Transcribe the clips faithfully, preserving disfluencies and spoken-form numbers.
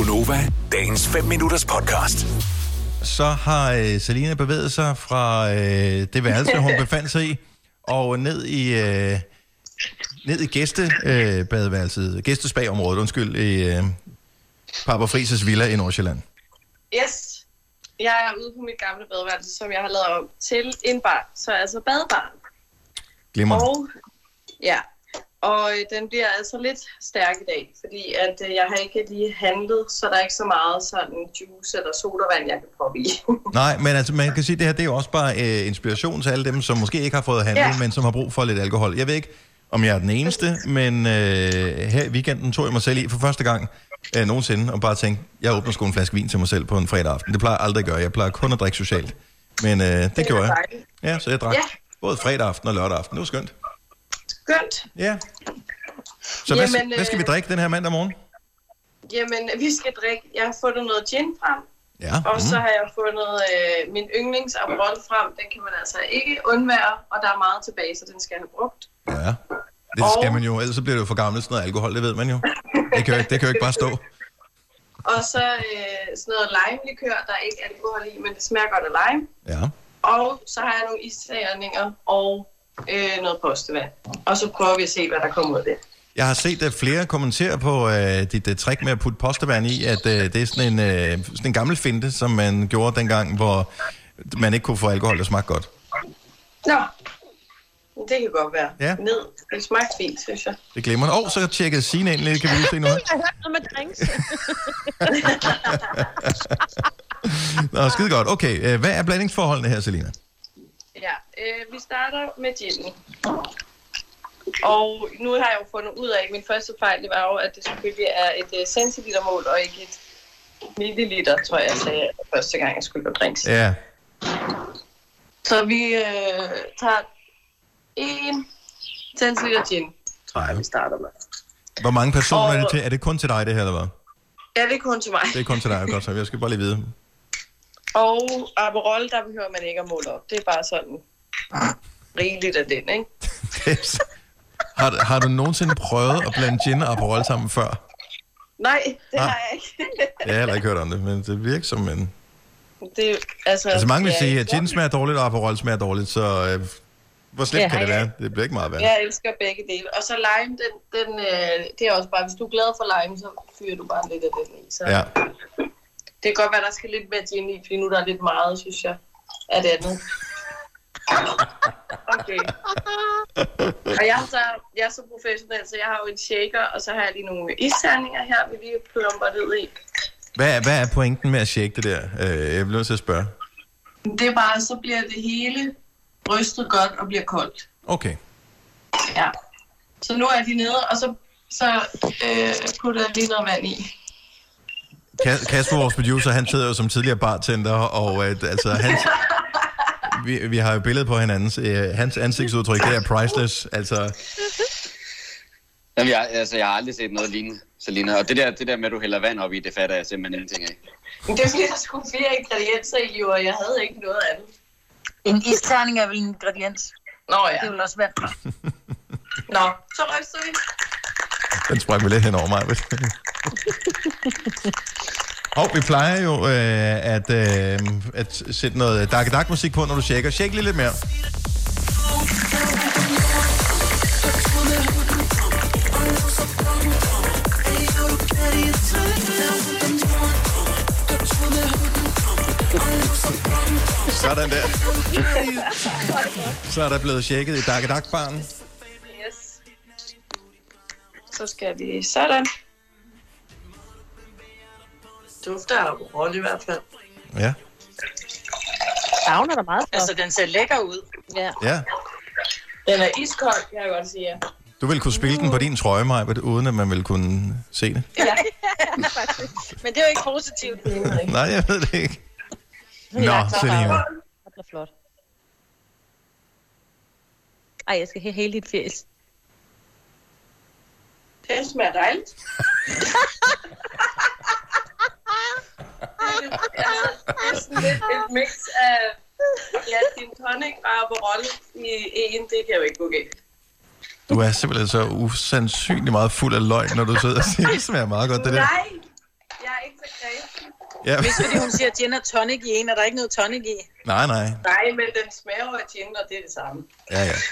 Gonova, dagens fem minutters podcast. Så har øh, Selina bevæget sig fra øh, det værelse, hun befandt sig i, og ned i, øh, ned i gæstebadeværelset, øh, gæstespagområdet, undskyld, i øh, Papa Frises villa i Nordsjælland. Yes. Jeg er ude på mit gamle badeværelse, som jeg har lavet om til en bar, så altså badebar. Glimmer. Og, ja, og den bliver altså lidt stærk i dag, fordi at øh, jeg har ikke lige handlet, så der er ikke så meget sådan juice eller sodavand, jeg kan proppe i. Nej, men altså man kan sige, at det her det er jo også bare øh, inspiration til alle dem, som måske ikke har fået handlet, ja. men som har brug for lidt alkohol. Jeg ved ikke, om jeg er den eneste, men øh, her i weekenden tog jeg mig selv i for første gang øh, nogensinde, og bare tænkte, jeg åbner sgu en flaske vin til mig selv på en fredag aften. Det plejer jeg aldrig at gøre. Jeg plejer kun at drikke socialt. Men øh, det, det gjorde jeg. Ja, så jeg drak ja. både fredag aften og lørdag aften. Det var skønt. Skønt. Ja. Så jamen, hvad, hvad skal vi drikke den her mandag morgen? Jamen, vi skal drikke... Jeg har fundet noget gin frem. Ja. Og mm. så har jeg fundet øh, min yndlings Aperol frem. Den kan man altså ikke undvære, og der er meget tilbage, så den skal jeg have brugt. Ja, det skal og... man jo. Ellers så bliver det jo for gammelt sådan noget alkohol, det ved man jo. Det kan jo ikke, det kan jo ikke bare stå. Og så øh, sådan noget lime-likør, der er ikke alkohol i, men det smager godt af lime. Ja. Og så har jeg nogle isterninger og øh, noget postevand. Og så prøver vi at se, hvad der kommer ud af det. Jeg har set uh, flere kommentere på uh, dit uh, trick med at putte postevand i, at uh, det er sådan en, uh, sådan en gammel finte, som man gjorde dengang, hvor man ikke kunne få alkohol, der smagte godt. Nå, det kan godt være. Ja. Ned. Det smagte fint, synes jeg. Det glemmer man. Åh, oh, så tjekkede Signe ind lidt. Kan vi lige se noget? Jeg har hørt noget med drinks. Nå, skide godt. Okay, uh, hvad er blandingsforholdene her, Selina? Ja, øh, vi starter med ginen. Og nu har jeg jo fundet ud af, at min første fejl, det var jo, at det selvfølgelig er et uh, centilitermål og ikke et milliliter, tror jeg, jeg sagde første gang, jeg skulle gå drinks. Ja. Så vi øh, tager en centiliter gin, tror jeg, vi starter med. Hvor mange personer og... er det til? Er det kun til dig, det her, eller hvad? Ja, det er kun til mig. Det er kun til dig, godt så. Jeg skal bare lige vide. Og Aperol, der behøver man ikke at måle op. Det er bare sådan rigeligt af den, ikke? har, har du nogensinde prøvet at blande gin og Aperol sammen før? Nej, det ah. har jeg ikke. Jeg har heller ikke hørt om det, men det virker som en... Det, altså, altså mange vil ja, sige, at gin smager dårligt, og Aperol smager dårligt, så øh, hvor slemt ja, kan det være? Det bliver ikke meget værd. Jeg elsker begge dele. Og så lime, den, den, øh, det er også bare, hvis du er glad for lime, så fyrer du bare lidt af den i. Så. Ja. Det kan godt være, der skal lidt mere gin i, fordi nu der er lidt meget, synes jeg, af det andet. Okay. Og jeg er, så, jeg er så professionel, så jeg har jo en shaker, og så har jeg lige nogle isterninger her, vi lige plumper ned i. Hvad, hvad er pointen med at shake det der? Øh, jeg bliver nødt til at spørge. Det er bare, så bliver det hele rystet godt og bliver koldt. Okay. Ja. Så nu er de nede, og så, så øh, putter jeg lige noget vand i. Kasper, vores producer, han sidder jo som tidligere bartender, og øh, altså hans... Vi, vi har jo billede på hinandens. Øh, hans ansigtsudtryk, det er priceless. Altså... Jamen, jeg, altså, jeg har aldrig set noget lignende, Selina. Og det der, det der med, at du hælder vand op i, det fatter jeg simpelthen ingenting af. Det er fordi, der skulle flere ingredienser i, jo, og jeg havde ikke noget andet. En isterning er vel en ingrediens? Nå ja. Det vil også være. Nå, så ryster vi. Den sprang vi lidt hen over mig. Og vi plejer jo øh, at, øh, at sætte noget dak-dak-musik på, når du shaker. Shake lige lidt mere. Sådan der. Så er der blevet shaket i dak-dak-baren. Yes. Så skal vi sådan. Dufter af Aperol i hvert fald. Ja. Farven er der meget flot. Altså, den ser lækker ud. Ja. Ja. Den er iskold, kan jeg godt sige. Ja. Du vil kunne spille den på din trøje, Maja, uden at man vil kunne se det. Ja. Men det er jo ikke positivt. Nej, jeg ved det ikke. Nå, Selina. Det er flot. Ej, jeg skal have hele dit fjes. Det smager dejligt. Det er sådan lidt et mix af ja, din tonic og Aperol i en. Det kan jo ikke gå galt. Du er simpelthen så usandsynligt meget fuld af løgn, når du sidder og siger, det smager meget godt, det der. Nej, jeg er ikke Ja. Hvis fordi hun siger gin og tonic i en, er der ikke noget tonic i? Nej, nej. Nej, men den smager jo af gin, og det er det samme. Ja, ja.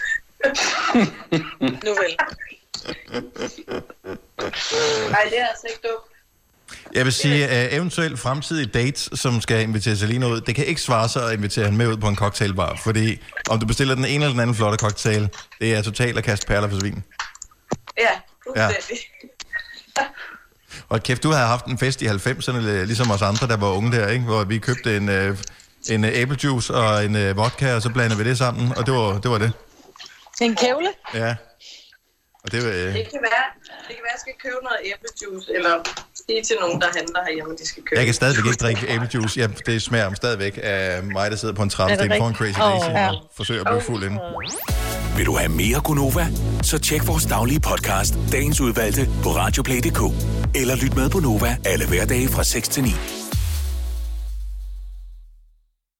Nu vel. Nej, det er altså ikke dumt. Jeg vil sige, at eventuelt fremtidige dates, som skal invitere Selina ud, det kan ikke svare sig at invitere hende med ud på en cocktailbar, fordi om du bestiller den ene eller den anden flotte cocktail, det er totalt at kaste perler for svin. Ja, fuldstændig. Ja. Og kæft, du havde haft en fest i halvfemserne, ligesom os andre, der var unge der, ikke? Hvor vi købte en, øh, en æblejuice og en øh, vodka, og så blandede vi det sammen, og det var det. Var det. Til en kævle? Ja. Og det, var, øh... det, kan være, det kan være, at jeg skal købe noget æblejuice, eller sige til nogen, der handler herhjemme, de skal købe. Jeg kan stadigvæk ikke drikke æblejuice. Ja, det smager stadigvæk af mig, der sidder på en trappesten foran Crazy Daisy oh, ja. og forsøger at blive fuld ind. Vil du have mere Gunova? Så tjek vores daglige podcast, dagens udvalgte, på radioplay punktum d k. Eller lyt med på Nova alle hverdage fra seks til ni.